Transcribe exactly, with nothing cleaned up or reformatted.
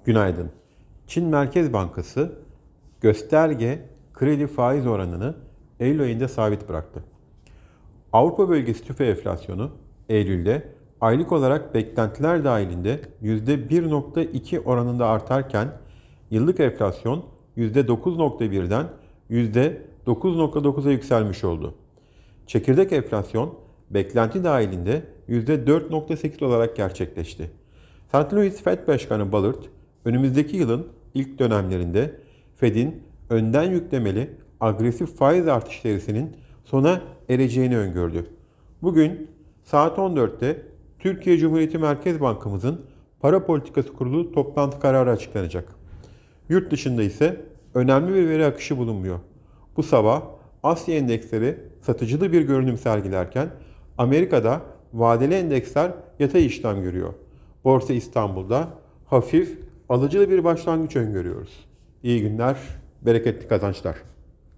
Günaydın. Çin Merkez Bankası gösterge kredi faiz oranını Eylül ayında sabit bıraktı. Avrupa bölgesi tüfe enflasyonu Eylül'de aylık olarak beklentiler dahilinde yüzde bir nokta iki oranında artarken yıllık enflasyon yüzde dokuz nokta birden yüzde dokuz nokta dokuza yükselmiş oldu. Çekirdek enflasyon beklenti dahilinde yüzde dört nokta sekiz olarak gerçekleşti. Saint Louis Fed Başkanı Bullard, önümüzdeki yılın ilk dönemlerinde Fed'in önden yüklemeli agresif faiz artış serisinin sona ereceğini öngördü. Bugün saat on dörtte Türkiye Cumhuriyeti Merkez Bankamızın Para Politikası Kurulu toplantı kararı açıklanacak. Yurt dışında ise önemli bir veri akışı bulunmuyor. Bu sabah Asya endeksleri satıcılı bir görünüm sergilerken Amerika'da vadeli endeksler yatay işlem görüyor. Borsa İstanbul'da hafif alıcılı bir başlangıç öngörüyoruz. İyi günler, bereketli kazançlar.